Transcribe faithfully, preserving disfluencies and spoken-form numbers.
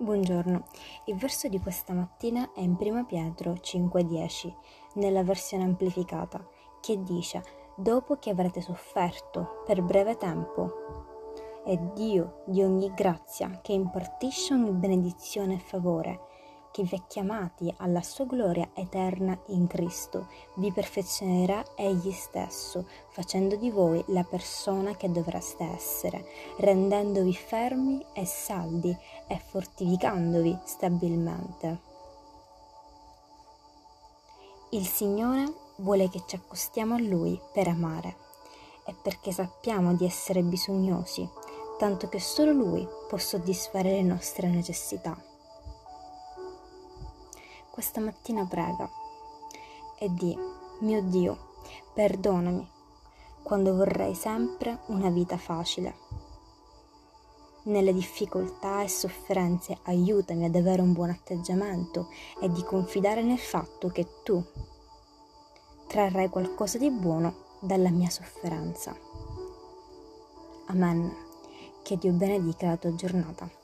Buongiorno, il verso di questa mattina è in primo Pietro cinque dieci, nella versione amplificata, che dice: dopo che avrete sofferto per breve tempo, è Dio di ogni grazia, che impartisce ogni benedizione e favore, che vi ha chiamati alla sua gloria eterna in Cristo, vi perfezionerà Egli stesso, facendo di voi la persona che dovreste essere, rendendovi fermi e saldi e fortificandovi stabilmente. Il Signore vuole che ci accostiamo a Lui per amare e perché sappiamo di essere bisognosi, tanto che solo Lui può soddisfare le nostre necessità. Questa mattina prega e di: mio Dio, perdonami quando vorrei sempre una vita facile. Nelle difficoltà e sofferenze aiutami ad avere un buon atteggiamento e di confidare nel fatto che tu trarrai qualcosa di buono dalla mia sofferenza. Amen. Che Dio benedica la tua giornata.